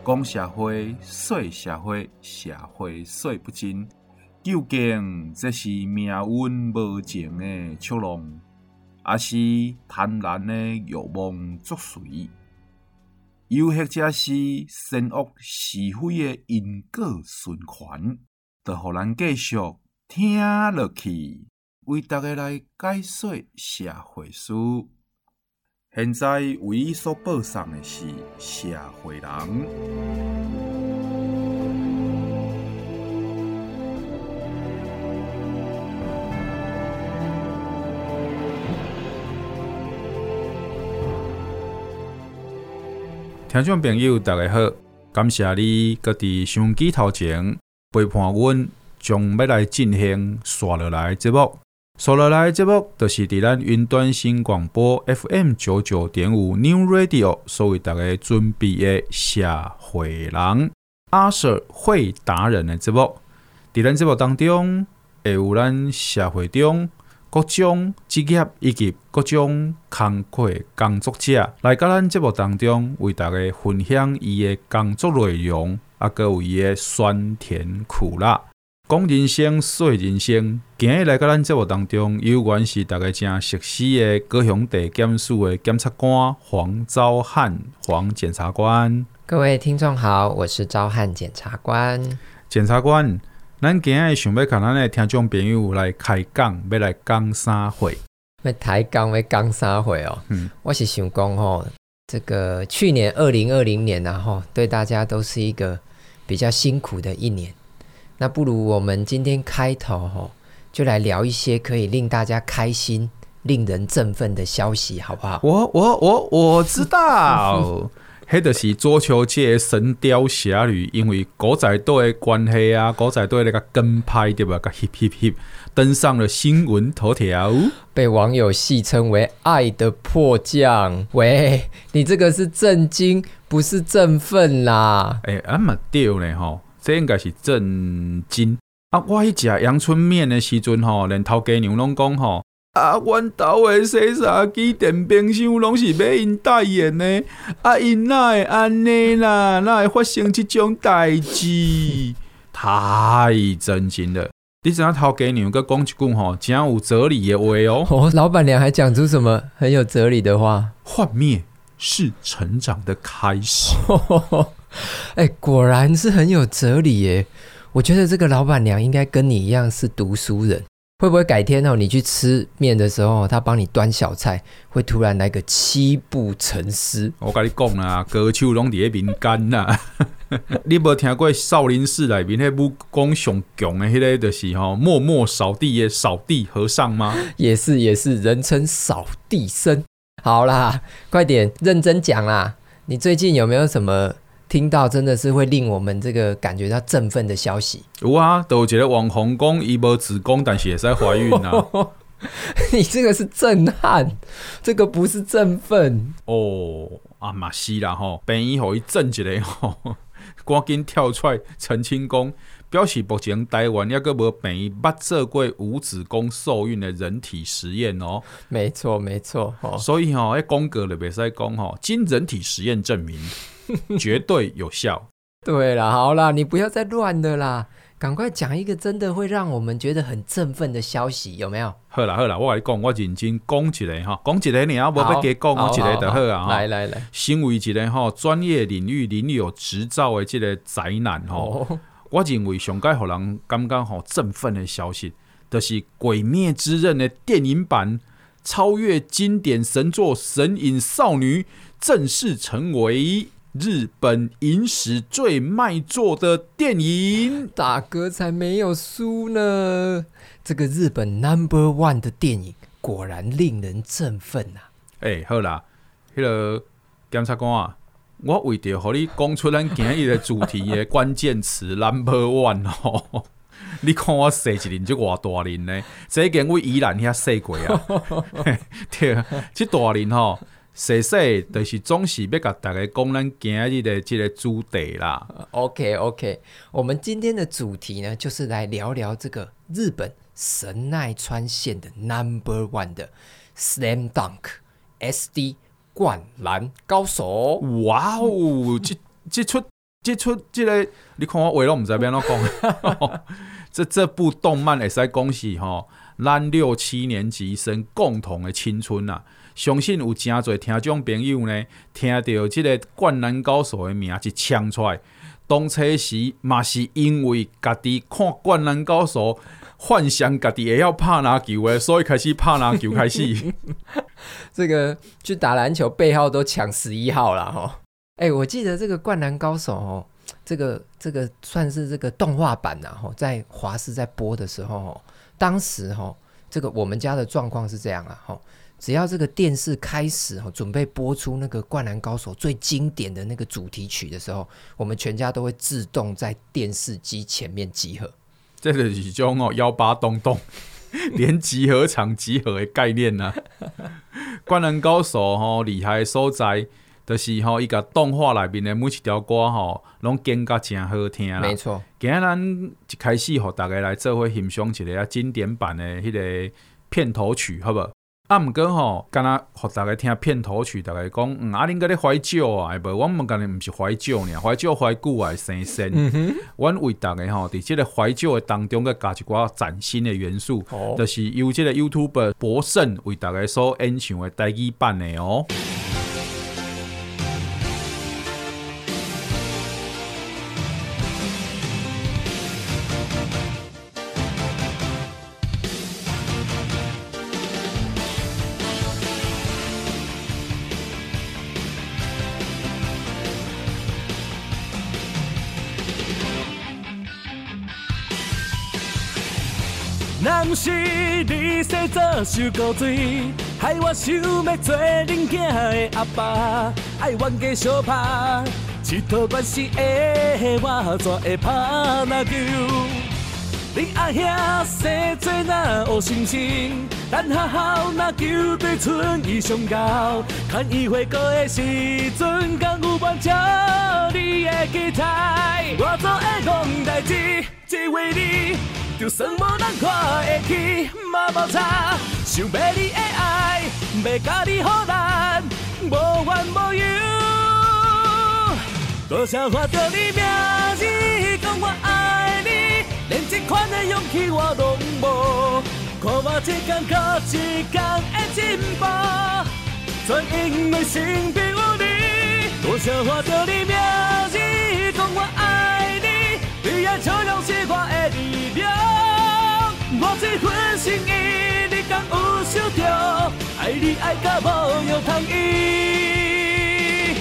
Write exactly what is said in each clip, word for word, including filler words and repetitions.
公社会、说社会、社会说不尽，究竟这是命运无情的触弄，还是贪婪的欲望作祟？又或者是善恶是非的因果循环？就互咱继续听落去，为大家来解说社会史。现在为伊所播送的是《社会人》。听众朋友，大家好，感谢你搁伫收音机头前陪伴阮，将要来进行刷落来的节目。刷落来的节目，就是伫咱云端新广播 F M 九九点五 New Radio 所为大家准备的社会人阿 Sir 会达人的节目。伫咱节目当中，会有咱社会中各种职业以及各种工课工作者来到咱节目当中，为大家分享伊的工作内容，啊，佮有伊的酸甜苦辣。讲人生，说人生。今日来到咱节目当中，有关是大家正熟悉的高雄地检署的检察官黄昭汉黄检察官。 各位听众好，我是昭汉检察官。 检察官，咱今日想要跟咱的听众朋友来开讲，要来讲啥货？ 要抬讲要讲啥货哦？嗯，我是想讲吼，这个去年二零二零年啊，吼，对大家都是一个比较辛苦的一年。那不如我们今天开头吼，就来聊一些可以令大家开心、令人振奋的消息，好不好？ 我我我我知道，迄就是足球界的神雕侠侣，因为古仔队的关系啊，古仔队那个跟拍对吧？个 hip hip hip 登上了新闻头条， 被网友戏称为“爱的迫降”。喂，你这个是震惊，不是振奋啦！ 哎、欸，啊嘛对呢吼。这应该是震惊啊！我去食阳春面的时阵吼，连头家娘拢讲吼啊，阮兜的洗衫机、电冰箱拢是要因代言的，啊，因哪会安尼啦？哪会发生这种代志？太震惊了！你知影头家娘佮讲一句吼，真有哲理的话哦。 哦，老板娘还讲出什么很有哲理的话？ 幻灭是成长的开始。 哎，果然是很有哲理耶！我觉得这个老板娘应该跟你一样是读书人，会不会改天哦，你去吃面的时候，她帮你端小菜，会突然来个七步成诗？ 我跟你讲啦，歌手拢伫咧民间啦。你无听过少林寺里面迄武功上强的迄个，就是吼默默扫地的扫地和尚吗？ 也是也是，人称扫地僧。好啦，快点认真讲啦！你最近有没有什么听到真的是会令我们这个感觉到振奋的消息？ 有啊，都有一个网红讲伊无子宫，但是也在怀孕啊。 你这个是震撼，这个不是振奋哦。啊嘛是啦吼，病院互伊震一下吼，赶紧跳出来澄清讲，表示目前台湾还佫无病院捌做过无子宫受孕的人体实验哦。 没错没错、哦、 所以吼，迄广告就袂使讲吼，经人体实验证明绝对有效。 对啦，好啦，你不要再乱了啦，赶快讲一个真的会让我们觉得很振奋的消息，有没有？ 好啦好啦，我跟你讲，我认真讲一个哈，讲一个尔，我无要加讲，我一个就好啊。 来来来， 身为一个吼专业领域领有执照的这个宅男吼、哦，我认为上该互人感觉吼振奋的消息，就是《鬼灭之刃》的电影版超越经典神作《神隐少女》，正式成为日本影史最卖座的电影。 大哥才没有输呢！这个日本 number one 的电影果然令人振奋啊！ 哎、欸，好啦，迄、那个检察官啊，我为着互你讲出咱今日的主题的关键词 number one 吼，你看我生一年就偌大年呢？这间我宜兰遐生过啊，对，这大年吼。细细就是总是要甲大家讲咱今日的这个主题啦。 OK OK， 我们今天的主题呢，就是来聊聊这个日本神奈川县的 Number One 的 Slam Dunk S D 灌篮高手。 哇哦，这这出这出这个，你看我话拢唔知要怎讲。这这部动漫会使讲是吼，咱六七年级生共同的青春啊！相信有真侪听众朋友呢，听到这个《灌篮高手》的名一呛出来，当初时嘛是因为家己看《灌篮高手》，幻想家己会晓拍篮球的，所以开始拍篮球开始。 这个去打篮球背号都抢十一号了哈。哎、欸，我记得这个《灌篮高手》哦，这个这个算是这个动画版呐、啊，在华视在播的时候，当时哈，这个我们家的状况是这样啊，哈，只要这个电视开始准备播出那个《灌篮高手》最经典的那个主题曲的时候，我们全家都会自动在电视机前面集合。 这就是种哦幺八洞洞，连集合场集合的概念呐、啊。灌篮高手吼厉害的所在，就是吼伊甲动画内面的每一条歌吼，拢剪甲真好听啦。 没错， 今日咱一开始互大家来做伙欣赏一个经典版的迄个片头曲，好无？啊，毋过吼，敢若互大家听片头曲，大家讲，嗯，啊，恁个咧怀旧啊，会无？我们敢若毋是怀旧尔，怀旧怀久啊，生生。嗯哼，阮为大家吼，伫即个怀旧的当中，佮加一寡崭新的元素，哦、就是由即个 YouTuber 博胜为大家所演唱的台语版的哦。 若不是你洗澡受高水，害我想要做恁囝的阿爸，爱冤家相拍，佚佗关系的我怎会拍篮球？你阿兄生做哪有心情？咱学校篮球队剩伊上高，看伊回国的时阵，敢有完照你的期待？我做会讲代志，只为你。就算无人看会起，嘛无差。想要你的爱，要甲你互咱无怨无尤。多少看到你名字，讲我爱你，连这款的勇气我拢无。看我一天到一天的进步，全因为身边有你。多少看到你名字，讲我爱你，你的笑容是我的力量。我这份心意，你敢有收着？爱你爱到无用通医。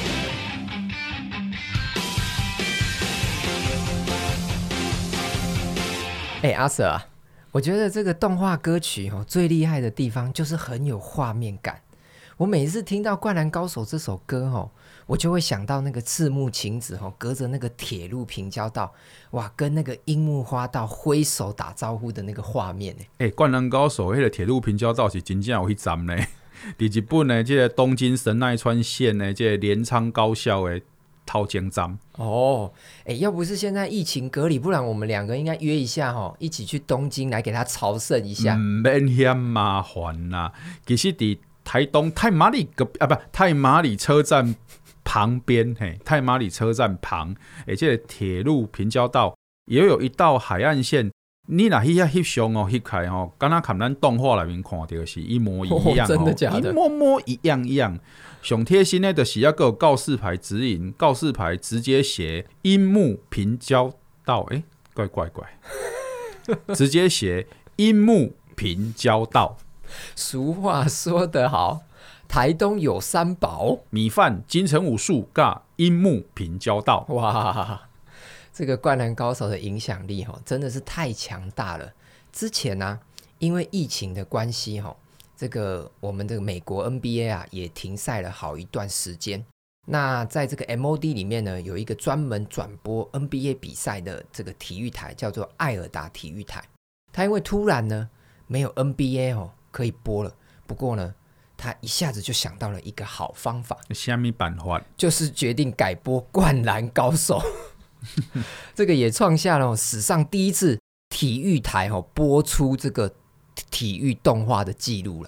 哎、欸，阿 Sir 啊，我觉得这个动画歌曲哦，最厉害的地方就是很有画面感。我每次听到《灌篮高手》这首歌哦，我就会想到那个赤木晴子哦，隔着那个铁路平交道，哇，跟那个樱木花道挥手打招呼的那个画面呢。 哎、欸，《灌篮高手》迄个铁路平交道是真正有迄站呢。伫日本的这个东京神奈川县的这个镰仓高校的头前站。 哦，哎、欸，要不是现在疫情隔离，不然我们两个应该约一下哦，一起去东京来给他朝圣一下。 唔免遐麻烦啦，其实伫台东太马里隔啊，不太马里车站旁边，嘿，太马里车站旁，而且铁路平交道也有一道海岸线。你若去遐翕相哦，翕开吼，敢若看咱动画内面看到是一模一样、哦哦、真的假的？ 一模模一样一样。上贴心的就是要有告示牌指引，告示牌直接写樱木平交道，哎、欸，怪怪怪，直接写樱木平交道。 俗话说得好，台东有三宝： 米饭、金城武术、甲樱木平交道。 哇，这个灌篮高手的影响力真的是太强大了。之前呢、啊，因为疫情的关系，这个我们的美国 N B A 啊也停赛了好一段时间。那在这个 M O D 里面呢，有一个专门转播 N B A 比赛的这个体育台，叫做艾尔达体育台。它因为突然呢没有 N B A 哦可以播了，不过呢，他一下子就想到了一个好方法。 什么办法？ 就是决定改播《灌篮高手》。这个也创下了史上第一次体育台播出这个体育动画的记录了。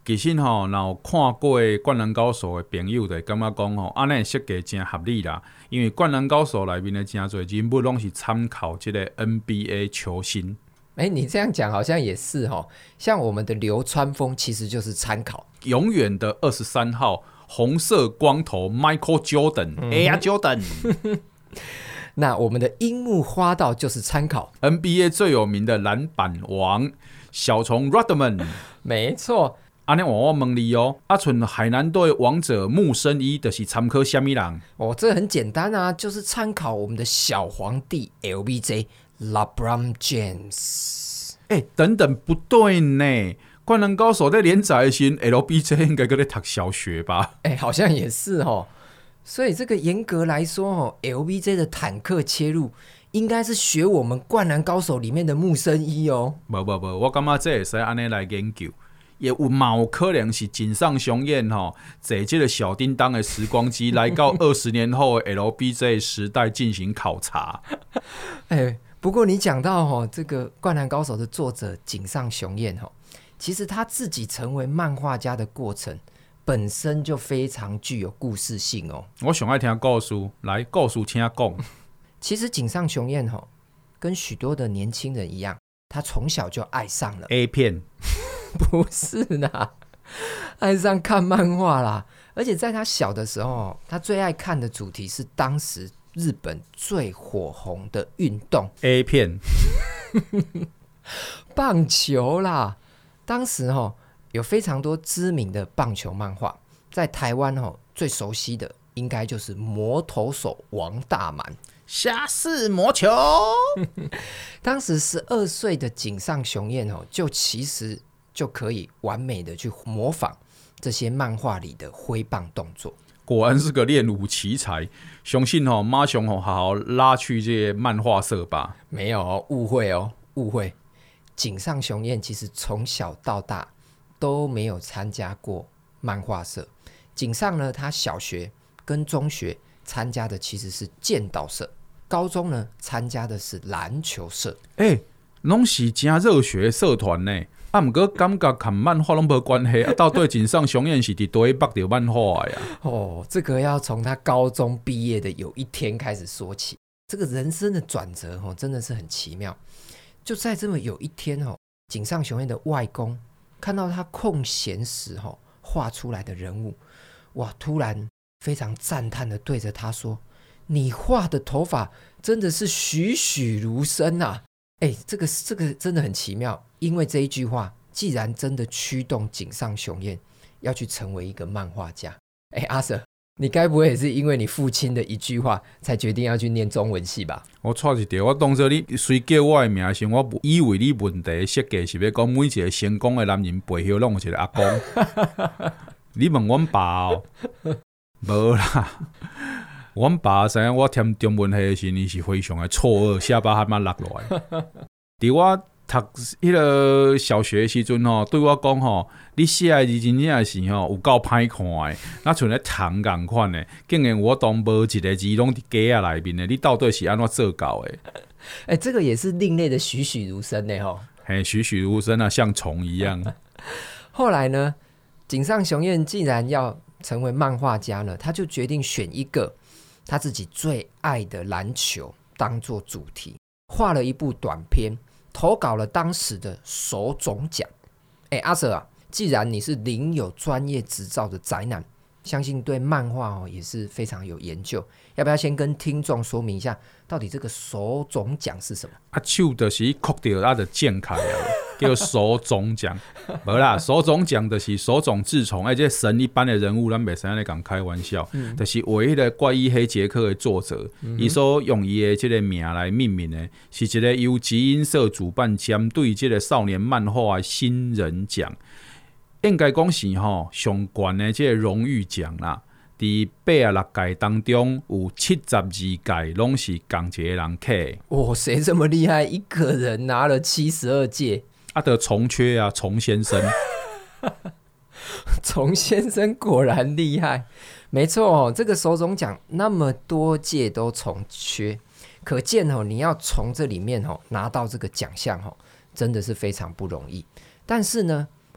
其实吼，若有看过《灌篮高手》的朋友，就会感觉讲吼，安尼设计真合理啦。因为《灌篮高手》内面的真侪人物拢是参考这个 N B A 球星。 哎，你这样讲好像也是吼，像我们的流川枫其实就是参考永远的二十三号红色光头 Michael Jordan，Air、嗯、Jordan。 那我们的樱木花道就是参考 N B A 最有名的篮板王小虫 Rodman。 没错。 安尼我我问你哦，啊，像海南队王者木生一，就是参考什么人？ 哦，这很简单啊，就是参考我们的小皇帝 L B J LeBron James。 哎、欸，等等，不对呢！灌篮高手在连载的时候 ，L B J 应该在读小学吧？ 哎、欸，好像也是哦。所以这个严格来说哦 ，L B J 的坦克切入应该是学我们灌篮高手里面的木生一哦。 不不不，我感觉这会使安尼来研究。也有嘛有可能是井上雄彦吼，坐这个小叮当的时光机来到二十年后的 L B J 时代进行考察。 哎，不过你讲到吼这个《灌篮高手》的作者井上雄彦吼，其实他自己成为漫画家的过程本身就非常具有故事性哦。 我上爱听故事，来故事请讲。 其实井上雄彦吼跟许多的年轻人一样，他从小就爱上了 A 片。 不是啦，爱上看漫画啦。而且在他小的时候，他最爱看的主题是当时日本最火红的运动 A 片棒球啦。当时有非常多知名的棒球漫画，在台湾最熟悉的应该就是魔投手王大满虾式魔球。 当时十二岁的井上雄彦就其实就可以完美的去模仿这些漫画里的挥棒动作。 果然是个练武奇才，相信哦，马上哦好好拉去这些漫画社吧。 没有哦，误会哦，误会。井上雄彦其实从小到大都没有参加过漫画社。井上呢，他小学跟中学参加的其实是剑道社，高中呢参加的是篮球社。 哎、欸，拢是真热血的社团呢。啊，不过感觉跟漫画拢无关系，啊，到底井上雄彦是伫倒捌到漫画呀？ 哦，这个要从他高中毕业的有一天开始说起。这个人生的转折哦，真的是很奇妙。就在这么有一天哦，井上雄彦的外公看到他空闲时哦画出来的人物，哇，突然非常赞叹的对着他说：“你画的头发真的是栩栩如生啊！”哎，这个这个真的很奇妙，因为这一句话既然真的驱动井上雄彦要去成为一个漫画家。哎，阿 Sir， 你该不会也是因为你父亲的一句话才决定要去念中文系吧？ 我错一条，我当作你随叫我的名时，我以为你问题设计是要讲每一个成功的男人背后拢有一个阿公。你问阮爸哦，无啦。阮爸知影我填中文系的时，伊是非常的错愕，下巴还蛮落落来。伫我读迄个小学的时阵吼，对我讲吼，你写的字真正是吼有够歹看的，那像咧虫共款的，竟然我当无一个字拢伫架仔内面的，你到底是安怎做到的？ 哎、欸，这个也是另类的栩栩如生的吼。 嘿，栩栩如生啊，像虫一样。 后来呢，井上雄彦既然要成为漫画家呢，他就决定选一个他自己最爱的篮球当作主题，画了一部短片，投稿了当时的手冢奖。哎，阿 Sir 啊，既然你是领有专业执照的宅男，相信对漫画、哦、也是非常有研究，要不要先跟听众说明一下，到底这个手冢奖是什么？ 啊，手就是曲到啊，就剪开啊，叫手冢奖。无啦，手冢奖就是手冢治虫，哎，这神一般的人物，咱袂使安尼讲开玩笑。嗯、就是为迄个怪医黑杰克的作者，伊、嗯、所用伊的这个名来命名的，是一个由集英社主办针对这个少年漫画的新人奖。应该讲是吼上悬的这个荣誉奖啦，伫八十六届当中有七十二届拢是同一个人摕。 哇，谁这么厉害？一个人拿了七十二届。 啊，得虫缺啊，虫先生。 虫先生果然厉害，没错哦。这个手冢奖那么多届都虫缺，可见哦，你要从这里面哦拿到这个奖项哦，真的是非常不容易。但是呢，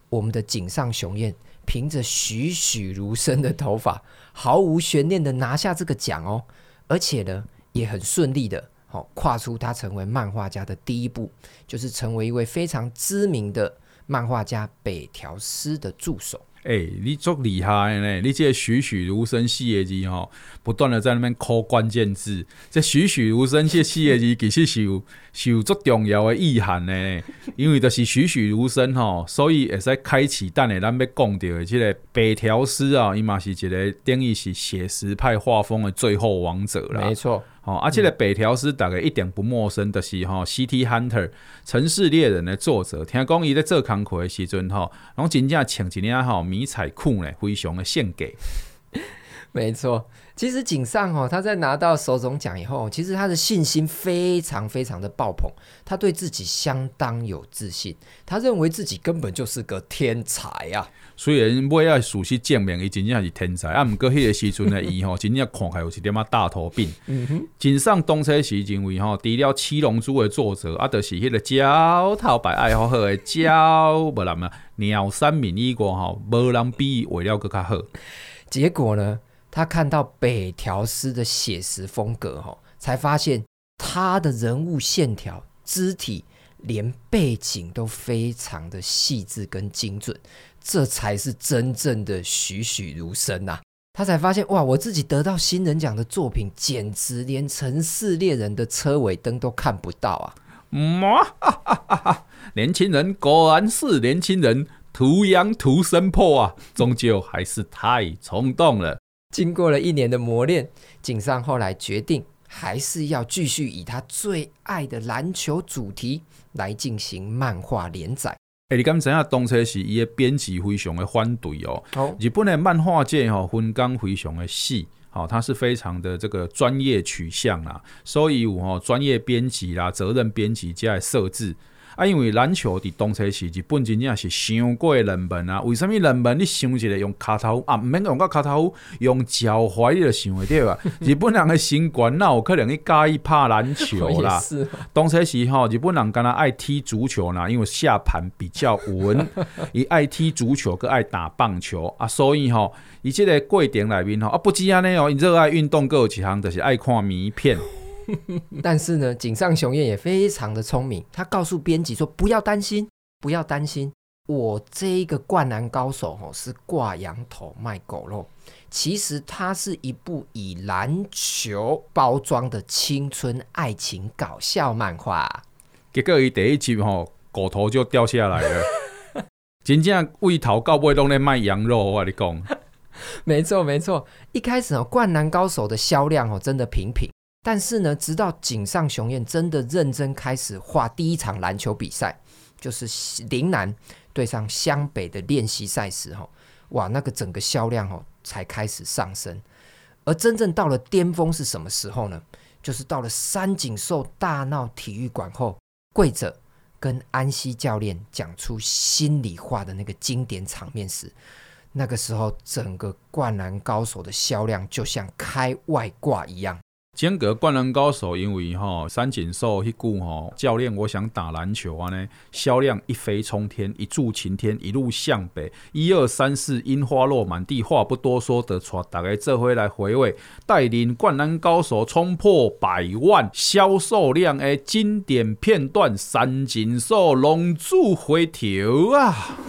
我们的井上雄彦凭着栩栩如生的头发，毫无悬念的拿下这个奖哦，而且呢，也很顺利的、哦、跨出他成为漫画家的第一步，就是成为一位非常知名的漫画家北条司的助手。 哎、欸，你足厉害的呢！你这个栩栩如生四个字吼，不断的在那边抠关键字。这栩栩如生这四个字其实是有是有足重要的意涵的，因为就是栩栩如生吼，所以会使开启等下咱要讲到的这个北条司啊，伊嘛是一个等于是写实派画风的最后王者啦。 没错。 哦，啊，这个北条司大概一点不陌生，就是吼《City Hunter》城市猎人的作者。听讲伊在做工课的时阵吼，然后真正穿一领吼迷彩裤呢，非常的献给。 没错，其实井上哦，他在拿到手冢奖以后，其实他的信心非常非常的爆棚，他对自己相当有自信，他认为自己根本就是个天才啊。 虽然尾仔事实证明伊真正是天才，啊，毋过迄个时阵的伊吼，真正看起来有一点仔大头病。井上当初时认为吼，除了《七龙珠》的作者，啊，就是迄个鸟头白爱好好的鸟，无人啊，鸟山明以外吼，无人比伊画了更较好。 结果呢，他看到北条司的写实风格吼，才发现他的人物线条、肢体，连背景都非常的细致跟精准。这才是真正的栩栩如生啊！他才发现哇，我自己得到新人奖的作品，简直连城市猎人的车尾灯都看不到啊！ 嗯啊哈哈哈，年轻人果然是年轻人，图样图生破啊，终究还是太冲动了。 经过了一年的磨练，井上后来决定还是要继续以他最爱的篮球主题来进行漫画连载。 欸、你敢知影当初是伊的编辑非常的反对哦。Oh. 日本的漫画界吼分工非常的细，好，它是非常的这个专业取向啦，所以有吼专业编辑啦、责任编辑这样设置。啊，因为篮球伫当初时日本真正是伤过冷门啊！为什么冷门？你想一下，用骹头啊，唔免用到骹头，用脚踝你就想会到啊！日本人的身高哪有可能去介意拍篮球啦？当初时吼，日本人敢若爱踢足球啦，因为下盘比较稳，伊爱踢足球，佮爱打棒球啊，所以吼，伊这个过程内面吼啊，不止安尼哦，伊热爱运动，佮有一项就是爱看迷片。 但是呢，井上雄彦也非常的聪明，他告诉编辑说：“不要担心，不要担心，我这一个灌篮高手哦，是挂羊头卖狗肉。其实它是一部以篮球包装的青春爱情搞笑漫画。” 结果伊第一集吼，狗头就掉下来了，真正位头到尾拢在卖羊肉，我跟你讲。 没错没错，一开始哦，灌篮高手的销量哦，真的平平。但是呢，直到井上雄彦真的认真开始画第一场篮球比赛，就是陵南对上湘北的练习赛时，哇，那个整个销量才开始上升。而真正到了巅峰是什么时候呢？就是到了三井寿大闹体育馆后，跪着跟安西教练讲出心里话的那个经典场面时，那个时候整个灌篮高手的销量就像开外挂一样。 整个灌篮高手因为吼三井寿迄句吼教练我想打篮球啊呢，销量一飞冲天，一柱擎天，一路向北，一二三四樱花落满地，话不多说的，带大家这回来回味带领灌篮高手冲破百万销售量的经典片段，三井寿龙珠回头啊！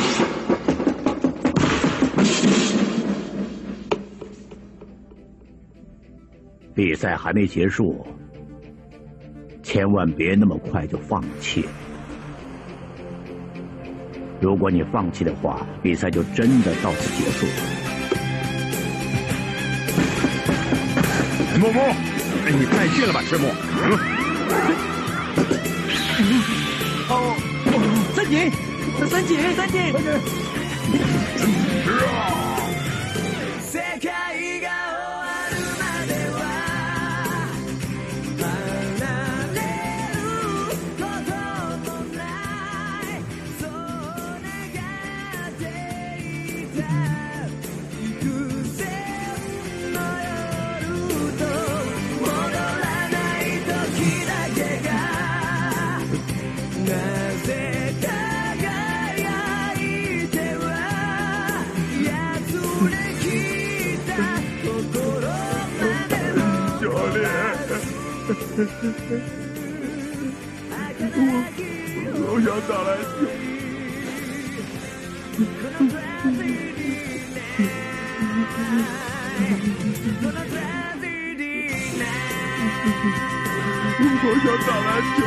比赛还没结束，千万别那么快就放弃。如果你放弃的话，比赛就真的到此结束了。默默，你太倔了吧，赤木！ 嗯、哦，三井，三井，三井！ 我我想打篮球。我想打篮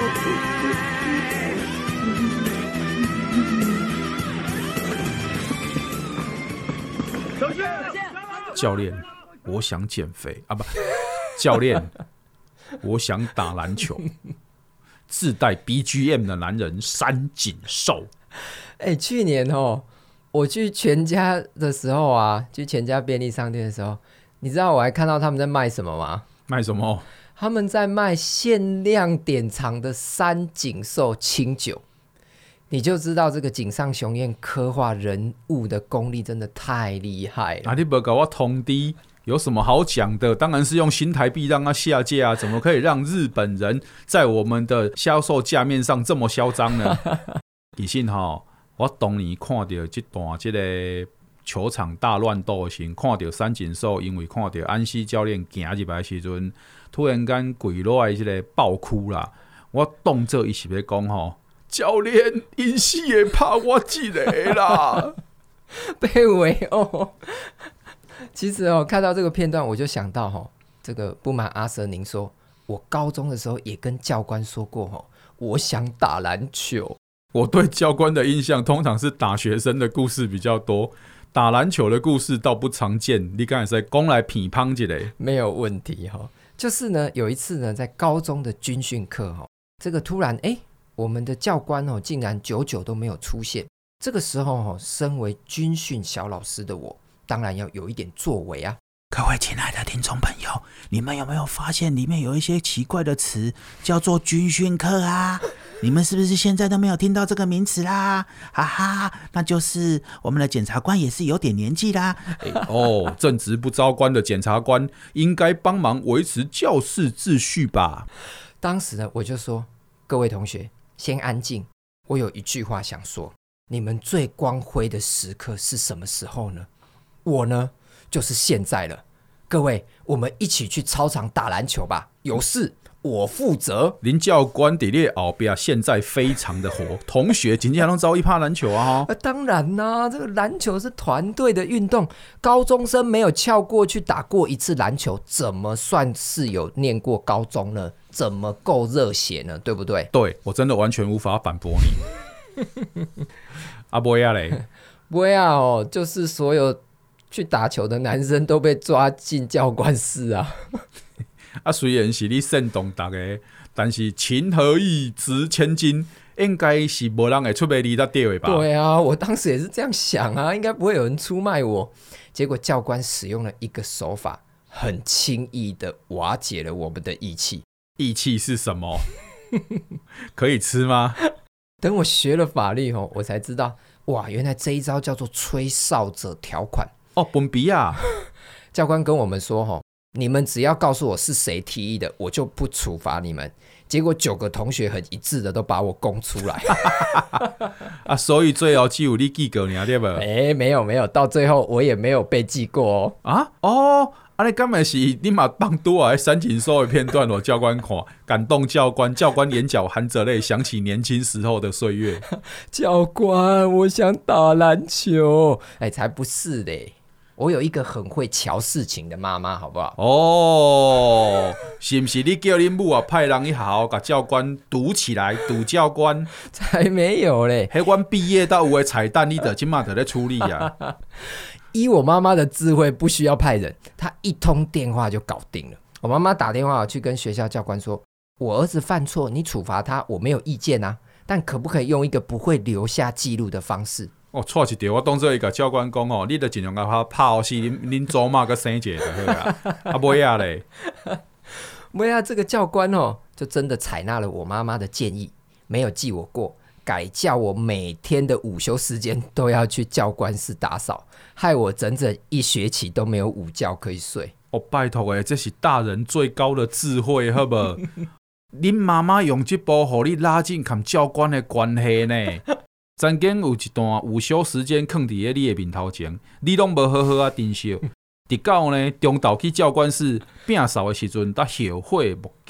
球。教练，我想减肥啊！不，教练，我想打篮球。自带 B G M 的男人山井寿。 哎、欸，去年哦，我去全家的时候啊，去全家便利商店的时候，你知道我还看到他们在卖什么吗？ 卖什么？ 他们在卖限量典藏的山井寿清酒。你就知道这个井上雄彦刻画人物的功力真的太厉害了。 啊，你不给我通知，有什么好讲的？当然是用新台币让它下架啊！怎么可以让日本人在我们的销售价面上这么嚣张呢？其实哈，我当年看到这段这个球场大乱斗的时候，看到山井寿因为看到安西教练行入来的时候，突然间跪落来这个爆哭啦！我当作伊是要讲吼。教练，因死会怕我一个啦， 被围殴。其实哦，看到这个片段，我就想到哦，这个不瞒阿 Sir 您说，我高中的时候也跟教官说过哦，我想打篮球。 我对教官的印象通常是打学生的故事比较多，打篮球的故事倒不常见。你刚才在讲来乒乓一下， 没有问题哈、哦。就是呢，有一次呢，在高中的军训课哦，这个突然哎。我们的教官哦，竟然久久都没有出现。这个时候哦，身为军训小老师的我，当然要有一点作为啊。 各位亲爱的听众朋友，你们有没有发现里面有一些奇怪的词，叫做军训课啊？你们是不是现在都没有听到这个名词啦？哈哈，那就是我们的检察官也是有点年纪啦。 欸、哦，正直不招官的检察官应该帮忙维持教室秩序吧？ 当时呢，我就说，各位同学。先安静，我有一句话想说，你们最光辉的时刻是什么时候呢？我呢，就是现在了。各位，我们一起去操场打篮球吧，有事我负责。 林教官在你后面现在非常的火，同学真的都招一拍篮球啊！ 啊当然啦、啊，这个篮球是团队的运动，高中生没有翘过去打过一次篮球，怎么算是有念过高中呢？怎么够热血呢？对不对？ 对，我真的完全无法反驳你。啊，不要嘞， 不要哦，就是所有去打球的男生都被抓进教官室啊。 啊，虽然是你煽动大家，但是情和义值千金，应该是没人会出卖你那地位吧？ 对啊，我当时也是这样想啊，应该不会有人出卖我。结果教官使用了一个手法，很轻易的瓦解了我们的义气。 义气是什么？可以吃吗？ 等我学了法律后，我才知道，哇，原来这一招叫做吹哨者条款。 哦，本比啊！ 教官跟我们说，你们只要告诉我是谁提议的，我就不处罚你们。结果九个同学很一致的都把我供出来。 啊，所以最后只有你记过而已，对吧？ 哎、欸，没有没有，到最后我也没有被记过哦。 啊哦。啊！你敢会是你嘛放多啊？山井寿的片段，我教官看，感动教官，教官眼角含着泪，想起年轻时候的岁月。 教官，我想打篮球。哎、欸，才不是嘞！我有一个很会瞧事情的妈妈，好不好？ 哦，是不是你叫你母啊派人去好好把教官堵起来，堵教官？ 才没有嘞！ 迄阮毕业到有的彩蛋，你得今嘛得在处理啊。 依我妈妈的智慧，不需要派人，她一通电话就搞定了。我妈妈打电话去跟学校教官说，我儿子犯错，你处罚他，我没有意见啊，但可不可以用一个不会留下记录的方式？ 哦，错一条，我当作一个教官讲哦，你得尽量甲他拍死恁恁祖妈个生一个就好啦。啊，不呀嘞， 不呀，这个教官哦，就真的采纳了我妈妈的建议，没有记我过。改叫我每天的午休时间都要去教官室打扫，害我整整一学期都没有午觉可以睡。 哦，拜托诶，这是大人最高的智慧，好不好？恁妈妈用这步，互你拉近跟教官的关系呢。曾经有一段午休时间放伫你的面头前，你拢无好好啊珍惜。直到呢中昼去教官室摒扫的时阵，才后悔莫及。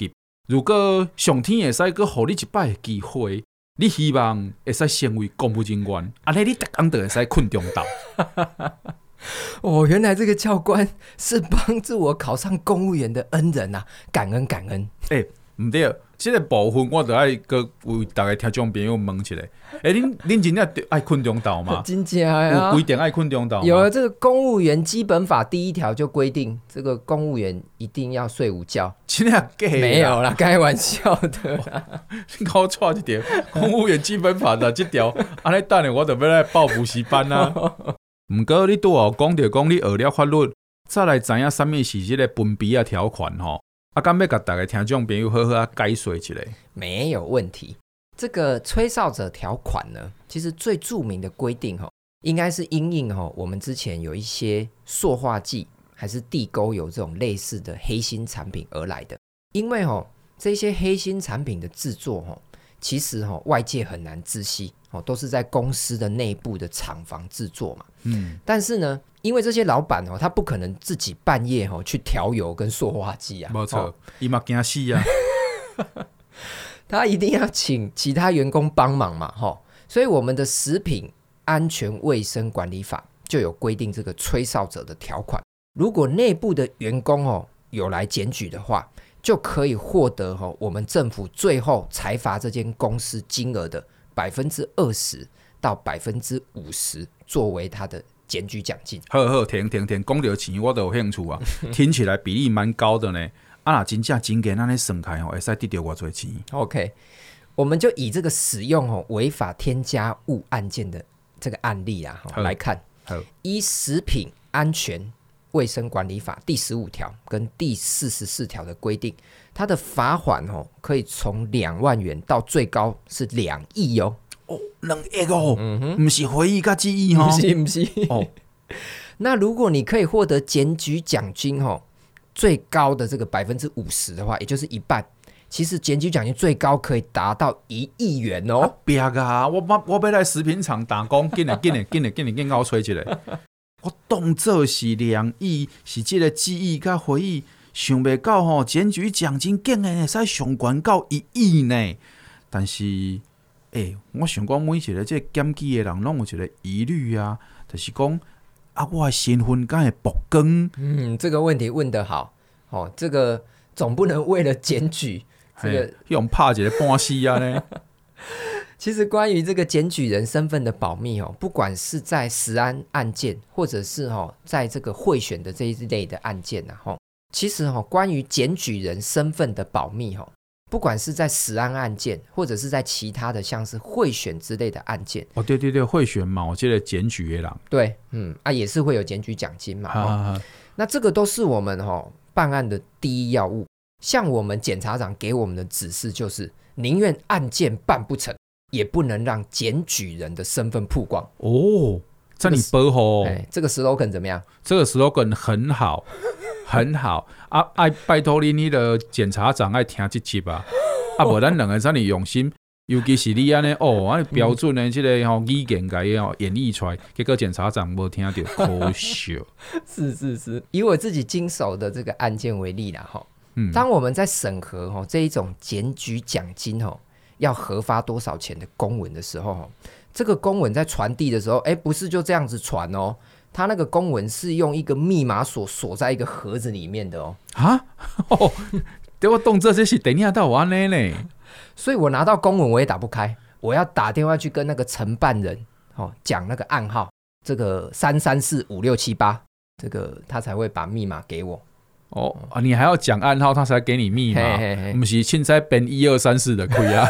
如果上天会使搁互你一摆的机会，你希望会使成为公务人员，安尼你逐工就会使困中昼。 哦，原来这个教官是帮助我考上公务员的恩人啊！感恩感恩。 哎、欸，唔对，这个部分我就爱搁为大家听众朋友问一下。哎、欸，恁恁真正爱困中昼吗？ 真正啊， 有规定爱困中昼吗？ 有啊，这个公务员基本法第一条就规定，这个公务员一定要睡午觉。 真的假的？ 没有啦，开玩笑的啦。 你搞错一点，公务员基本法的这条，安尼等下我就要来报补习班啊。毋过你拄好讲到讲你学了法律，再来知影什么是这个分批啊条款吼，啊，敢要甲大家听众朋友好好啊解说一下。 没有问题。这个吹哨者条款呢，其实最著名的规定吼，应该是因应吼我们之前有一些塑化剂还是地沟油这种类似的黑心产品而来的。因为吼这些黑心产品的制作吼，其实吼外界很难知悉。都是在公司的内部的厂房制作嘛，嗯，但是呢，因为这些老板哦，他不可能自己半夜哦去调油跟塑化剂啊， 没错，伊嘛惊死啊， 他一定要请其他员工帮忙嘛，哈，所以我们的食品安全卫生管理法就有规定这个吹哨者的条款，如果内部的员工哦有来检举的话，就可以获得哦我们政府最后裁罚这间公司金额的百分之二十到百分之五十作为他的检举奖金。 好好，停停停，讲到钱我都有兴趣啊，听起来比例蛮高的呢。啊，若真正真简单的算开吼，会使得到偌多钱 ？OK， 我们就以这个使用哦违法添加物案件的这个案例啊来看。依食品安全卫生管理法第十五条跟第四十四条的规定，它的罚款哦可以从两万元到最高是两亿哦。 哦，两亿哦，嗯哼，不是回忆跟记忆哦， 不是不是哦。那如果你可以获得检举奖金哦，最高的这个百分之五十的话，也就是一半。其实检举奖金最高可以达到一亿元哦！ 别啊，我我要来食品厂打工，紧来紧来紧来紧来紧来，我吹一下。我当作是两亿，是这个记忆甲回忆，想不到吼，检举奖金竟然会使上悬到一亿呢。但是，诶、欸，我想讲每一个这检举的人，拢有一个疑虑啊，就是讲啊，我的身份敢会曝光？ 嗯，这个问题问得好，哦，这个总不能为了检举。这个用怕一个半死啊呢。 其实关于这个检举人身份的保密哦，不管是在食安案件，或者是哦在这个贿选的这一类的案件啊，哦，其实哦关于检举人身份的保密哦，不管是在食安案件，或者是在其他的像是贿选之类的案件， 哦对对对，贿选嘛，我记得检举的人， 对，嗯啊也是会有检举奖金嘛， 哈哈哈， 哦，那这个都是我们哦办案的第一要务。像我们检察长给我们的指示就是，宁愿案件办不成，也不能让检举人的身份曝光。 哦，这你保护， 哎，这个 slogan 怎么样？ 这个 slogan 很好，很好啊！爱拜托你，你的检察长爱听这集啊！啊，无咱两个这么用心，尤其是你安尼哦，安标准的这个吼语言甲伊吼演绎出来，结果检察长无听到，可笑。 是是是，以我自己经手的这个案件为例啦，哈。当我们在审核这一种检举奖金要核发多少钱的公文的时候，这个公文在传递的时候，哎，不是就这样子传哦，它那个公文是用一个密码锁锁在一个盒子里面的哦。啊， 哦，对我动这些是等一下到我呢呢， 所以我拿到公文我也打不开，我要打电话去跟那个承办人哦讲那个暗号，这个三三四五六七八，这个他才会把密码给我。 哦啊，你还要讲暗号，他才给你密码，不是凊彩编一二三四的亏啊！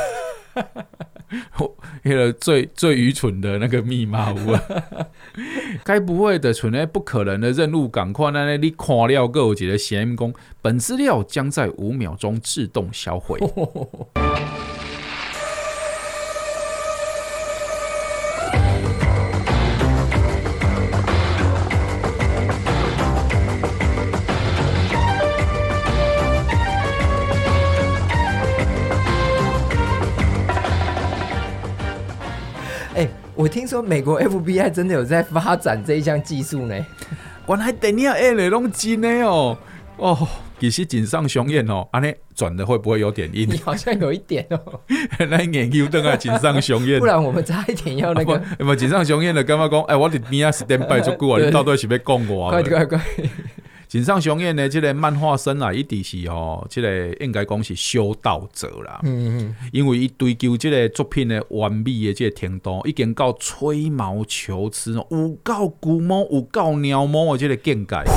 那个最最愚蠢的那个密码有啊，该不会的存在不可能的任务，赶快那你看了个有一个声音讲，本资料将在五秒钟自动销毁。 我听说美国 F B I 真的有在发展这一项技术呢。 原来电影演的拢真的哦，哦， 其实井上雄彦哦，安尼转的会不会有点硬？ 你好像有一点哦。 那研究等下井上雄彦， 不然我们差一点要那个。 不，井上雄彦的感觉讲，哎，我伫边啊 stand by 足久啊，你到底是要讲我？ 快快快！ 井上雄彦呢，这个漫画生啊，一直是吼，这个应该讲是修道者啦。嗯嗯，因为伊追求这个作品的完美的这个程度，已经到吹毛求疵，有够古毛，有够鸟毛的这个境界。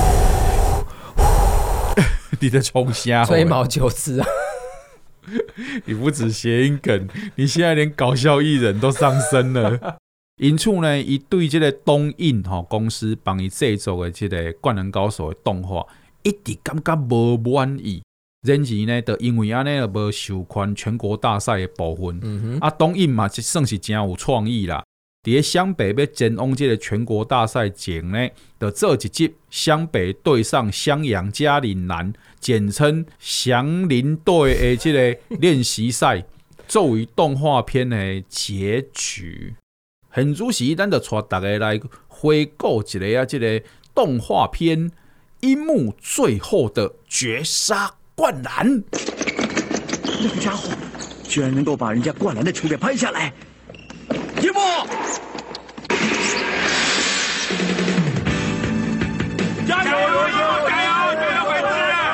你在冲虾？ 吹毛求疵啊！ 你不止谐音梗，你现在连搞笑艺人都上身了。因此呢，伊对这个东映吼公司帮伊制作的这个《灌篮高手》的动画，一直感觉无满意。然而呢，就因为安尼无授权全国大赛的部分，嗯、啊，东映嘛，算是真有创意啦。伫湘北要前往这个全国大赛前呢，就做一集湘北对上襄阳嘉陵男，简称祥林队的这个练习赛，作为动画片的结局。现主席，咱就带大家来回顾一下啊，这个动画片樱木最后的绝杀灌篮。 那个家伙居然能够把人家灌篮的球给拍下来！樱木，加油！加油！加油！回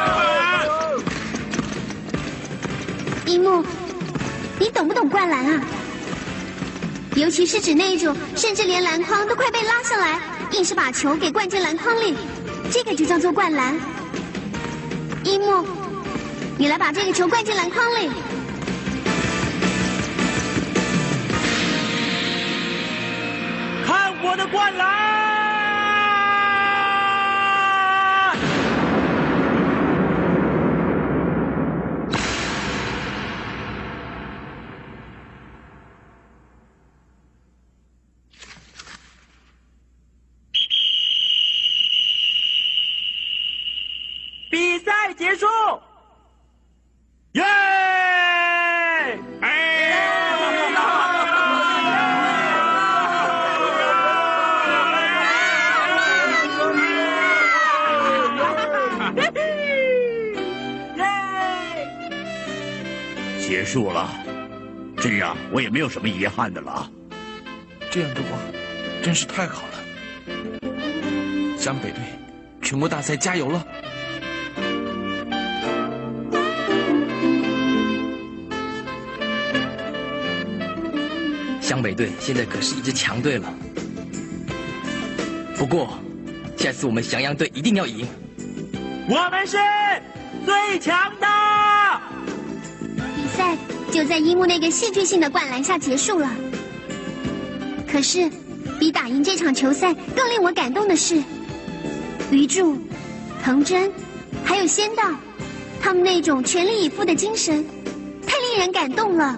去！樱木，你懂不懂灌篮啊？尤其是指那种甚至连篮筐都快被拉下来，硬是把球给灌进篮筐里，这个就叫做灌篮。樱木，你来把这个球灌进篮筐里。 看我的灌篮！比赛结束，耶！ 结束了，这样我也没有什么遗憾的了。 这样的话，真是太好了。湘北队，全国大赛加油了！ 湘北队现在可是一支强队了，不过下次我们翔阳队一定要赢。 我们是最强的。 比赛就在樱木那个戏剧性的灌篮下结束了。可是，比打赢这场球赛更令我感动的是，鱼柱、藤真，还有仙道，他们那种全力以赴的精神，太令人感动了。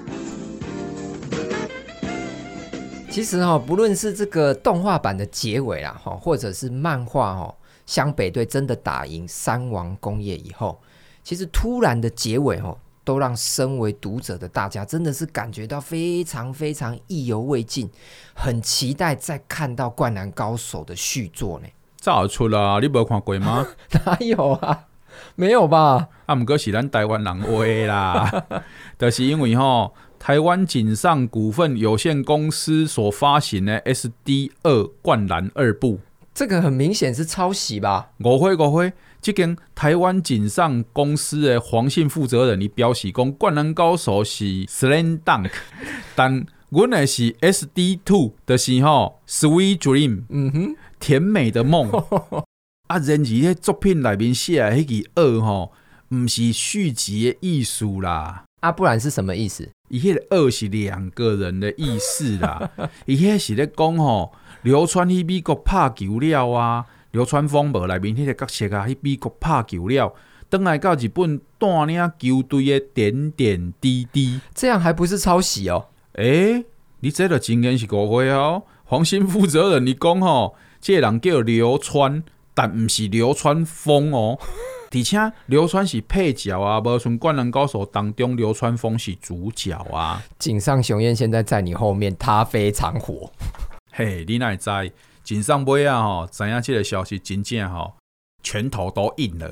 其实哈、哦，不论是这个动画版的结尾啦，哈，或者是漫画哈，湘北队真的打赢三王工业以后，其实突然的结尾哈，都让身为读者的大家真的是感觉到非常非常意犹未尽，很期待再看到《灌篮高手》的续作呢。 早出啦，你没看过吗？ 哪有啊？没有吧？ 啊，不过是咱台湾人画的啦，就是因为吼。台湾锦上股份有限公司所发行的 S D 二灌篮二部， 这个很明显是抄袭吧？ 误会误会，这间台湾锦上公司的黄姓负责人，伊表示讲《灌篮高手》是 Slam Dunk， 但阮的是 S D 二， 就是吼 Sweet Dream， 嗯哼，甜美的梦。啊，然而迄作品内面写的迄个二吼，唔是续集的意思啦。 啊，不然是什么意思？ 伊迄个二是两个人的意思啦。伊迄是咧讲吼，流川去美国拍球了啊，流川枫无内面迄个角色啊，去美国拍球了，回来到日本带领球队的点点滴滴， 这样还不是抄袭哦？ 诶、欸，你这个真然是误会哦。黄新负责人，你讲吼，这个人叫流川，但唔是流川枫哦。而且流川是配角啊，无像《灌篮高手》当中流川枫是主角啊。 井上雄彦现在在你后面，他非常火。 嘿，你哪会知？井上尾啊吼，知影这个消息真正吼，拳头都硬了。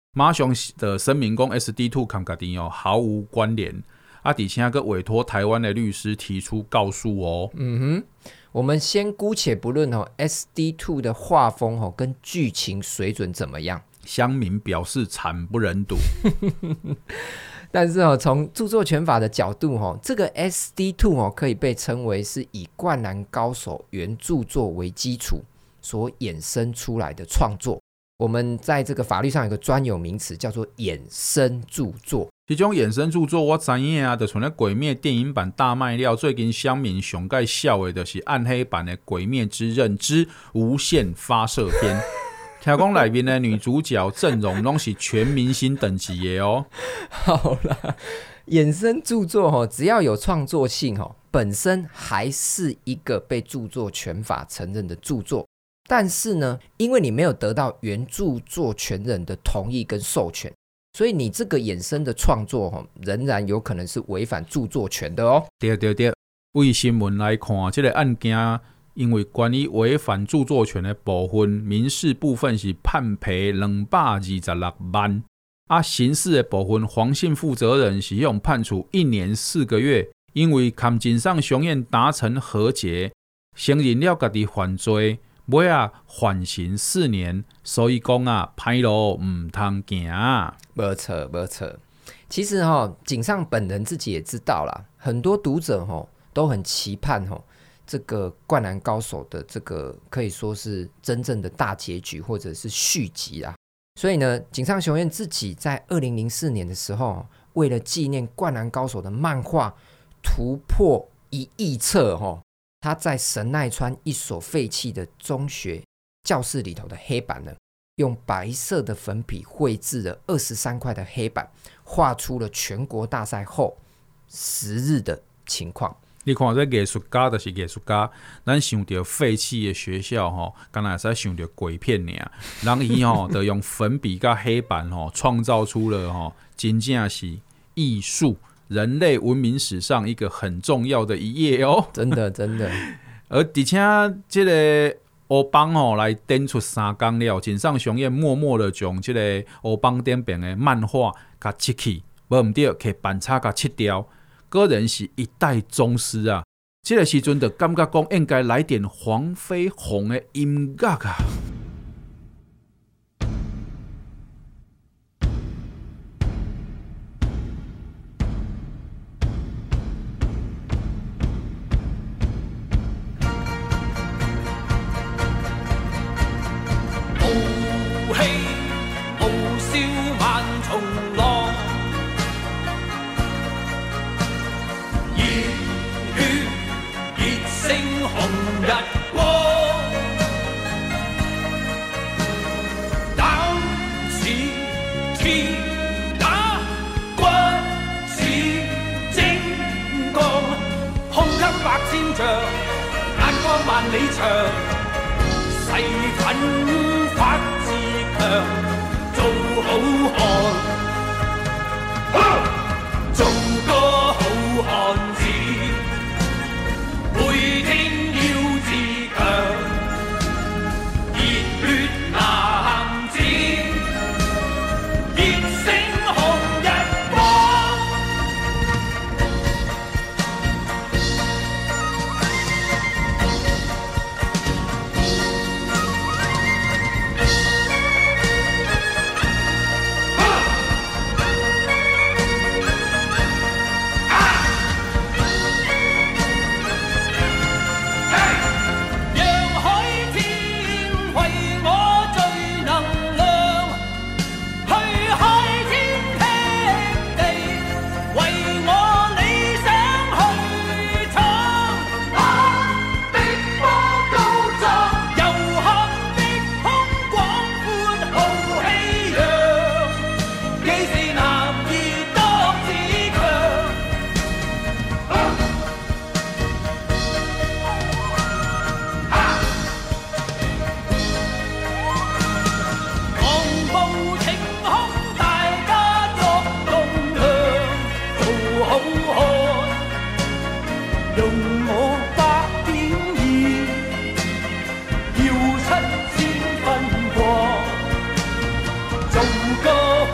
马上的声明讲 S D 二 跟家己哦毫无关联，啊，而且个委托台湾的律师提出告诉哦。 嗯哼，我们先姑且不论哦 S D 二 的画风哦跟剧情水准怎么样， 乡民表示惨不忍睹。 但是哦，从著作权法的角度哦，这个 S D 二 哦可以被称为是以《灌篮高手》原著作为基础所衍生出来的创作。我们在这个法律上有个专有名词叫做衍生著作。 这种衍生著作我知影啊，就像咧《鬼灭》电影版大卖了，最近乡民上介笑的就是暗黑版的《鬼灭之刃之无限发射篇》。听讲里面的女主角阵容都是全明星等级的哦。 好啦，衍生著作哦，只要有创作性哦，本身还是一个被著作权法承认的著作。但是呢，因为你没有得到原著作权人的同意跟授权，所以你这个衍生的创作哦，仍然有可能是违反著作权的哦。 对对对，为新闻来看，这个案件因为关于违反著作权的部分，民事部分是判赔两百二十六万，啊，刑事的部分，黄姓负责人是用判处一年四个月，因为跟井上雄彦达成和解，承认了家己犯罪。尾啊，缓刑四年，所以讲啊，歹路唔通行。 没错，没错。其实哈、哦，井上本人自己也知道啦，很多读者哈、哦、都很期盼哈、哦、这个《灌篮高手》的这个可以说是真正的大结局或者是续集啊。所以呢，井上雄彦自己在二零零四年的时候，为了纪念《灌篮高手》的漫画突破一亿册哈、哦。他在神奈川一所废弃的中学教室里头的黑板呢，用白色的粉笔绘制了二十三块的黑板，画出了全国大赛后十日的情况。 你看这艺术家就是艺术家，咱想到废弃的学校吼，敢若会使想到鬼片尔。人伊吼就用粉笔甲黑板吼，创造出了吼，真正是艺术。人类文明史上一个很重要的一页哦， 真的真的。 而而且这个黑帮哦来展出三天了，井上雄彦默默的将这个黑帮顶边的漫画甲切去，无唔对，摕板擦甲切掉。个人是一代宗师啊！这个时阵就感觉讲应该来点黄飞鸿的音乐啊。 萬里長，誓奮發自強，做好漢，做個好漢子，每天要自強，熱血男子，熱星紅日光。做個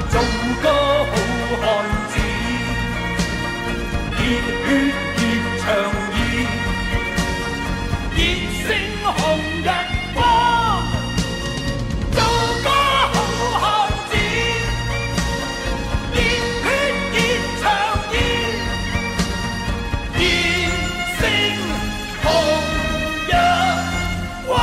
忠告好汉子，熱血熱長義，熱星紅日光，忠告好漢子，熱血熱長義，熱星紅日光。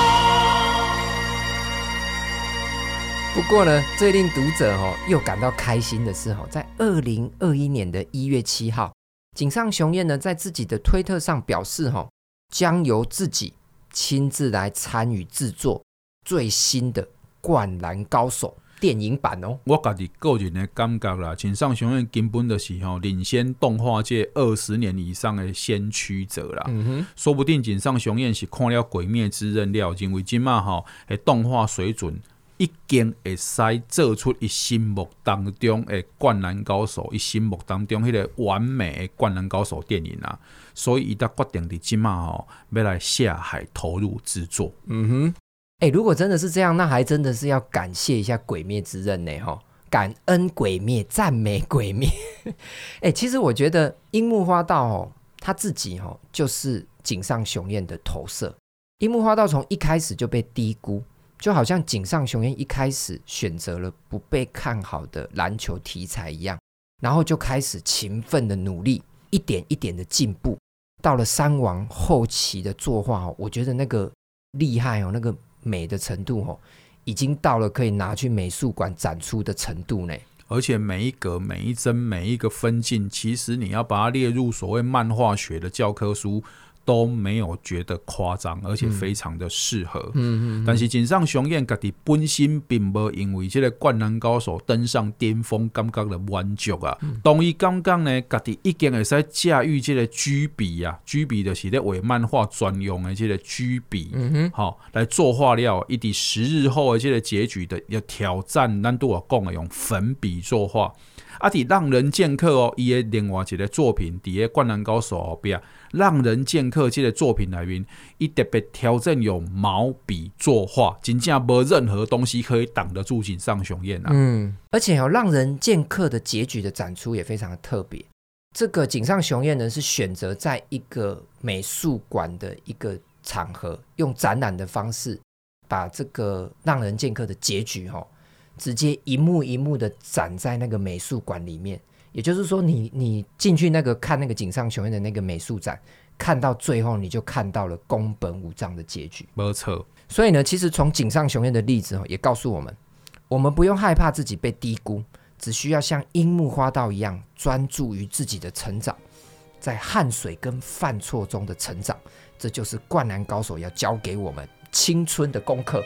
不过呢，最令读者哦又感到开心的是哦，在二零二一年的一月七号，井上雄彦呢在自己的推特上表示哦，将由自己亲自来参与制作最新的《灌篮高手》电影版哦。 我家己个人的感觉啦，井上雄彦根本就是吼领先动画界二十年以上的先驱者啦。嗯哼，说不定井上雄彦是看了《鬼灭之刃》了，认为今嘛吼的动画水准已经会使做出伊心目当中的《灌篮高手》，伊心目当中迄个完美的《灌篮高手》电影啊，所以伊才决定伫即马吼要来下海投入制作。 嗯哼，哎、欸，如果真的是这样，那还真的是要感谢一下《鬼灭之刃》呢，吼，感恩鬼灭，赞美鬼灭。哎、欸，其实我觉得樱木花道哦，他自己哦就是井上雄彦的投射。樱木花道从一开始就被低估。就好像井上雄彦一开始选择了不被看好的篮球题材一样，然后就开始勤奋的努力，一点一点的进步。到了山王后期的作画，我觉得那个厉害哦，那个美的程度哦，已经到了可以拿去美术馆展出的程度呢。 而且每一格、每一帧、每一个分镜，其实你要把它列入所谓漫画学的教科书，都没有觉得夸张，而且非常的适合。嗯嗯嗯、但是井上雄彦自己本身并没因为这个《灌篮高手》登上巅峰，感觉的满足啊。嗯、当伊感觉呢，自己已经会使驾驭这个居笔啊，居笔就是咧画漫画专用的这个居笔，嗯好、哦、来作画了。伊伫十日后的这个结局的要挑战，咱都有讲的用粉笔作画。啊，伫让人剑客哦，伊的另外一个作品，伫个《灌篮高手》后边，让人剑客这个作品里面，伊特别挑战用毛笔作画，真正无任何东西可以挡得住井上雄彦啊。 嗯，而且哦，让人剑客的结局的展出也非常的特别。这个井上雄彦呢，是选择在一个美术馆的一个场合，用展览的方式，把这个让人剑客的结局哦。直接一幕一幕的展在那个美术馆里面，也就是说你，你你进去那个看那个井上雄彦的那个美术展，看到最后你就看到了宫本武藏的结局， 没错。 所以呢，其实从井上雄彦的例子也告诉我们，我们不用害怕自己被低估，只需要像樱木花道一样专注于自己的成长，在汗水跟犯错中的成长，这就是灌篮高手要教给我们青春的功课。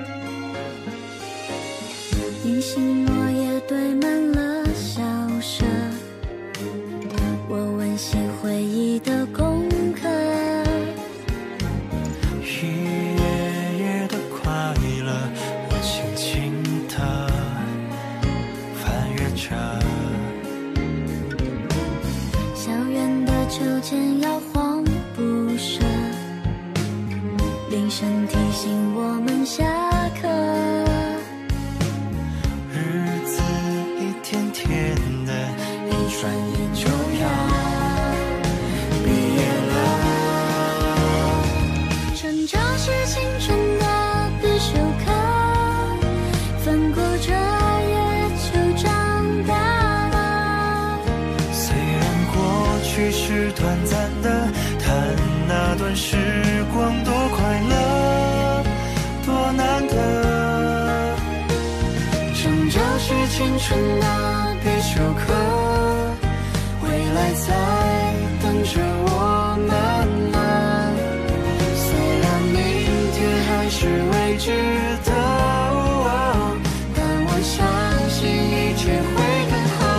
你心落叶堆满了小舍，我温习回忆的功课， 一页页的快乐，我轻轻地翻阅着。 校园的秋千摇晃不舍，铃声提醒我们下课。 转眼就要毕业了， 成长是青春的必修课，翻过这页就长大了。 虽然过去是短暂的，但那段时光多快乐，多难得。 成长是青春的必修课，未来在等着我们了，虽然明天还是未知的，哦，但我相信一切会更好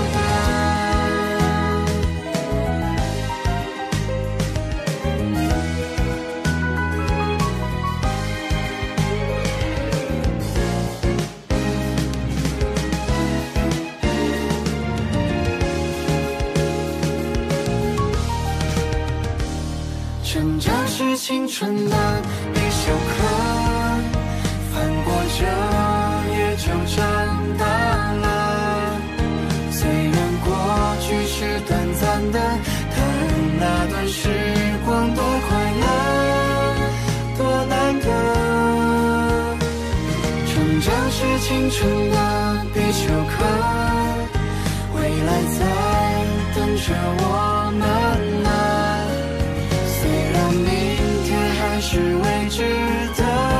成长是青春的必修课，翻过这页就长大了。 的谈那段时光多快乐，多难得。成长是青春的必修课，未来在等着我们呢。虽然明天还是未知的，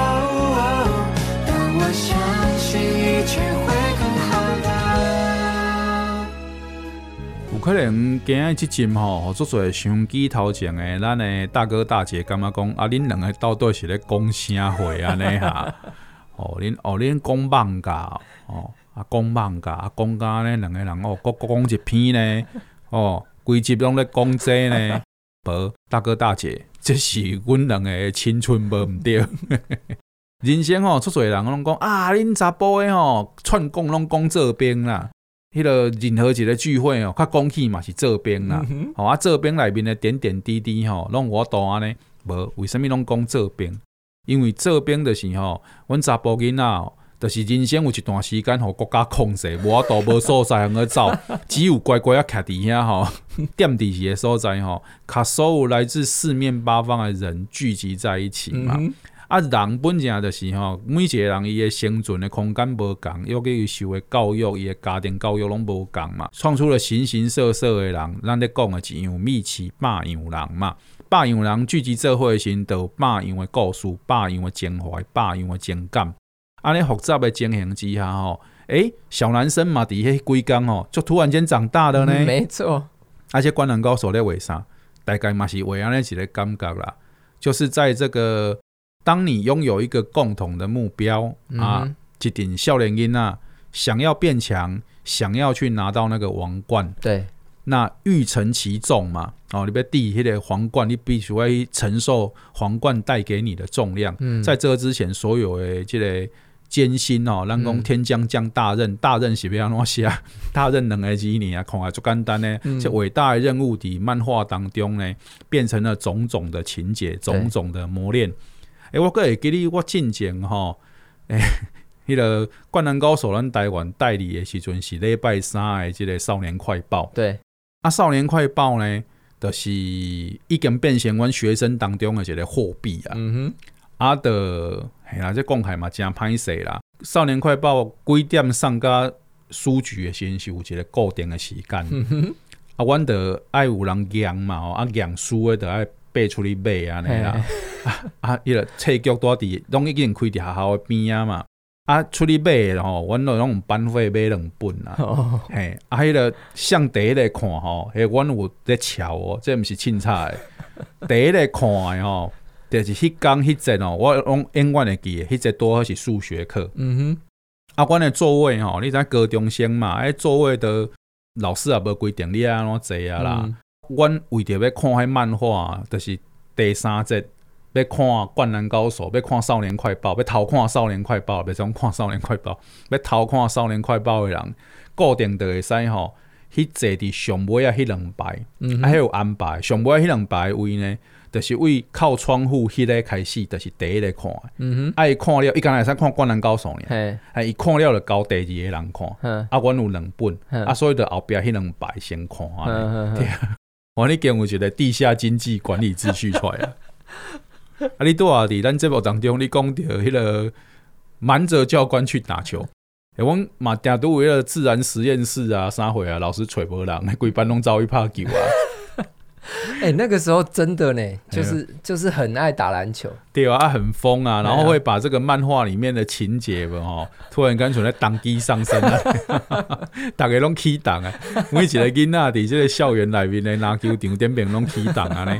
但我相信一切会更好的。 有可能今日这集吼，做做相机头前的咱的大哥大姐感觉讲啊，恁两个到底是咧讲啥话安尼哈？哦，恁哦恁讲网架哦，啊讲网架啊讲甲呢两个人哦，各各讲一篇呢，哦，规集拢咧讲这呢。无大哥大姐，这是阮两个青春无毋对。人生吼，出侪人拢讲啊，恁查甫的吼，串讲拢讲做兵啦。迄个任何一个聚会哦，较讲起嘛是做兵啦。嗯、吼啊，做兵内面的点点滴滴吼，拢我大安尼。无为什么拢讲做兵？因为做兵就是吼，阮查甫囡仔哦，就是人生有一段时间互国家控制，无度无所在通去走，只有乖乖啊徛伫遐吼，踮伫迄个所在吼，甲所有来自四面八方的人聚集在一起嘛。嗯啊，人本身就是吼，每一个人伊的生存的空间无共，尤其伊受的教育、伊的家庭教育拢无共嘛，创出了形形色色的人。咱咧讲的一样米奇百样人嘛，百样人聚集做伙的时阵，就有百样的故事、百样的情怀、百样的情感。安尼复杂的情形之下吼，诶、欸，小男生嘛，伫迄几工吼，就突然间长大了呢。 嗯、没错， 而且灌篮高手咧为啥？大概嘛是为安尼一个感觉啦，就是在这个。当你拥有一个共同的目标、嗯、啊，一群少年囡仔想要变强，想要去拿到那个王冠， 对， 那欲承其重嘛，哦，你要抵迄个皇冠，你必须要承受皇冠带给你的重量。嗯、在这之前，所有的这个艰辛哦，咱讲天将降大任，嗯、大任是要安怎写？大任两个字呢啊，看起来就简单呢。这伟大的任务伫漫画当中呢，变成了种种的情节，种种的磨练。欸、我还会记得我进前吼，诶、欸，迄、那个灌篮高手咱台湾代理的时阵是礼拜三的这个少年快报。 对， 啊，少年快报呢，就是已经变成阮学生当中的一个货币啊。嗯哼，啊的，嘿啦，这讲起来嘛真歹势啦。少年快报几点送到书局的时阵是有一个固定的时间。嗯哼，啊，阮着爱有人养嘛，啊养书的着爱。爬出去买安尼啦，啊，迄个册局多伫，拢已经开伫学校的边啊嘛，啊，出去买吼，阮都拢用班费买两本啦，哦、嘿，啊，迄、那个像第一个看吼，迄阮有在瞧哦，这毋是凊彩的，第一个看的吼，就是迄天迄节哦，我拢永远会记的，迄节多好是数学课，嗯哼，啊，阮的座位吼，你知高中生嘛，迄座位的老师也无规定你安怎坐啊啦。嗯，阮为着要看迄漫画，就是第三节要看《灌篮高手》，要看《少年快报》，要偷看《少年快报》，别总看《少年快报》，要偷看《少年快报》的人，固定就会使吼，去坐伫上尾啊迄两排，嗯、啊，还有安排上尾迄两排位呢，就是为靠窗户迄个开始，就是第一个看的。嗯哼，啊，伊看了，伊刚才会使看《灌篮高手》呢，啊，伊看了就交第二个人看，啊，阮有两本，啊，所以就后壁迄两排先看啊。我你讲有一个地下经济管理秩序出来啊！啊，你拄啊伫咱节目当中，你讲到迄个瞒着教官去打球，欸、我嘛定拄有迄个自然实验室啊，啥货啊，老师找无人，规班拢走去拍球啊！ 哎、欸，那个时候真的呢，就是就是很爱打篮球， 对啊，很疯啊，然后会把这个漫画里面的情节哦，突然间像在当机上升啊，大家拢起动啊，每一个囡仔伫这个校园内面的篮球场顶边拢起动啊呢。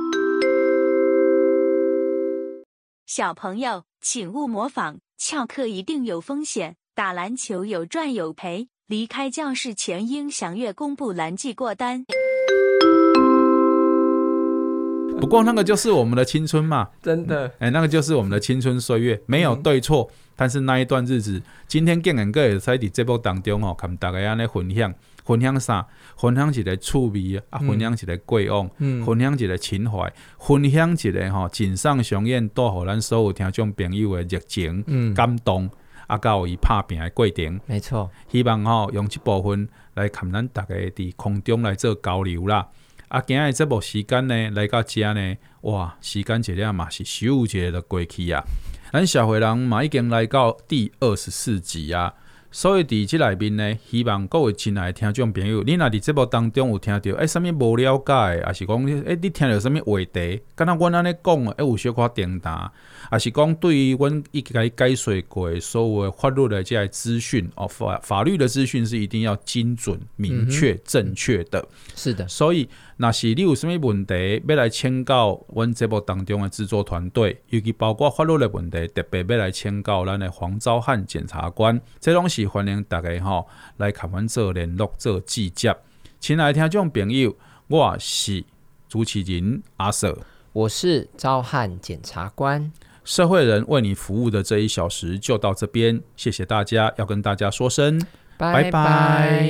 小朋友，请勿模仿，翘课一定有风险，打篮球有赚有赔，离开教室前应详阅公布栏记过单。 不过那个就是我们的青春嘛， 真的， 哎、欸，那个就是我们的青春岁月，没有对错、嗯，但是那一段日子，今天竟然阁会使伫节目当中哦，跟大家安尼分享，分享啥？分享一个趣味啊，分享一个过往、嗯，分享一个情怀，分享一个吼锦上雄彦带互咱所有听众朋友的热情、嗯、感动。 啊，到伊拍拼的过程。 没错， 希望吼、哦、用这部分来跟咱大家伫空中来做交流啦。啊，今日这部时间呢，来到这呢，哇，时间一了嘛是咻一下就过去啊。咱社会人嘛已经来到第二十四集啊。所以伫即内面呢，希望各位亲爱的听众朋友，你若伫节目当中有听到诶啥物无了解，还是讲诶你听到啥物话题，敢若阮安尼讲诶有小可颠淡，还是讲对于阮已经解说过的所有的法律的这些资讯哦，法法律的资讯是一定要精准、明确、嗯、正确的。 是的， 所以若是你有啥物问题要来请教阮节目当中的制作团队，尤其包括法律的问题，特别要来请教咱的黄昭汉检察官，这拢是欢迎大家吼来跟阮做联络、做记接。亲爱的听众朋友，我是主持人阿 Sir， 我是昭汉检察官。 社会人为你服务的这一小时就到这边，谢谢大家，要跟大家说声拜拜。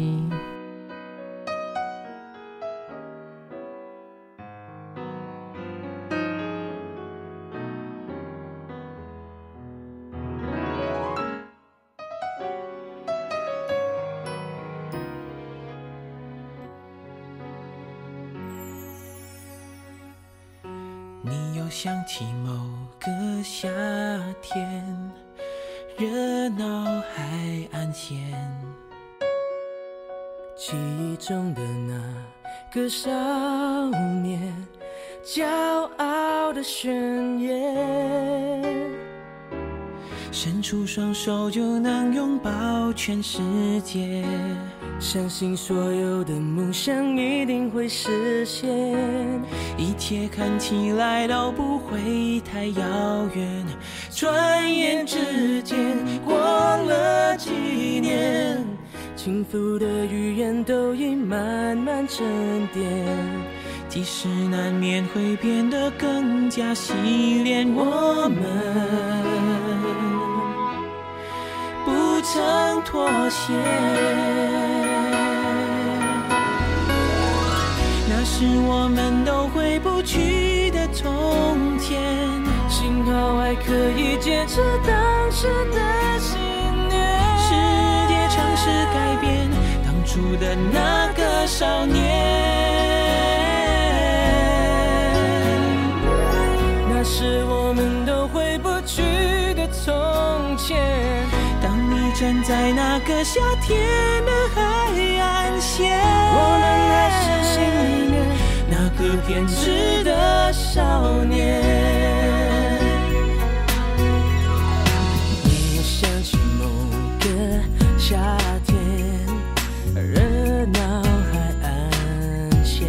你又想起某个夏天，热闹海岸线，记忆中的那个少年，骄傲的宣言，伸出双手就能拥抱全世界，相信所有的梦想一定会实现，一切看起来都不会太遥远，转眼之间过了几年，轻浮的语言都已慢慢沉淀，即使难免会变得更加洗练，我们不曾妥协，那是我们都回不去的从前，幸好还可以坚持当时的信念，世界尝试改变当初的那个少年，那是我们都回不去的从前，当你站在那个夏天的海岸线，我们还是心里面那个偏执的少年。你又想起某个夏天，热闹海岸线，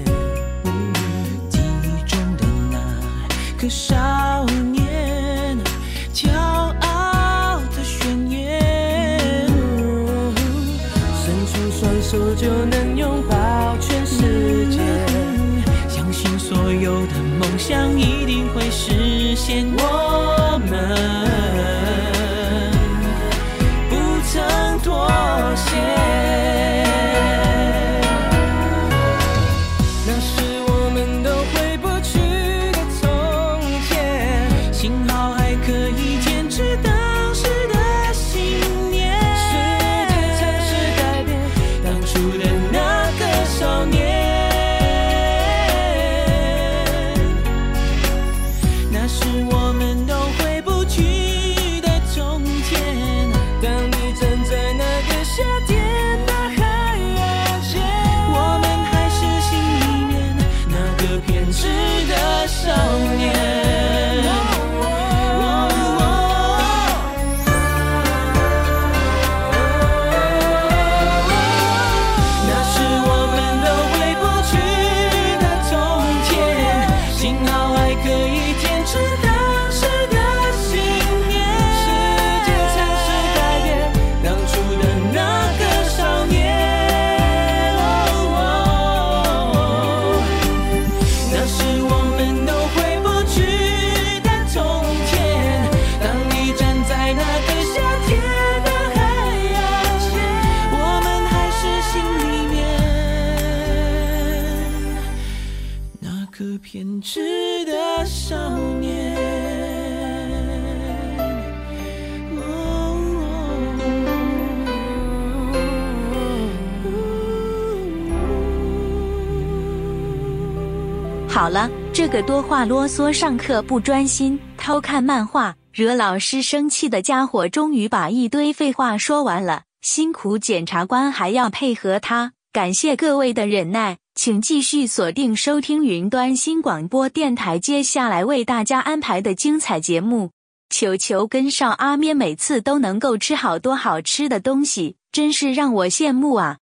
记忆中的那个少年，骄傲的宣言，伸出双手就能拥抱全世界，相信所有的梦想一定会实现，我们不曾妥协，那是我们都回不去的从前，幸好还可以坚持当时的信念，世界尝试改变当初的那个少年，那是我们都回不去的从前，当你站在那个夏天的海岸线，我们还是心里面那个偏执的少年，偏执的少年。哦好了，这个多话啰嗦、上课不专心、偷看漫画、惹老师生气的家伙终于把一堆废话说完了，辛苦检察官还要配合他，感谢各位的忍耐，请继续锁定收听云端新广播电台接下来为大家安排的精彩节目。球球跟上阿咩每次都能够吃好多好吃的东西，真是让我羡慕啊！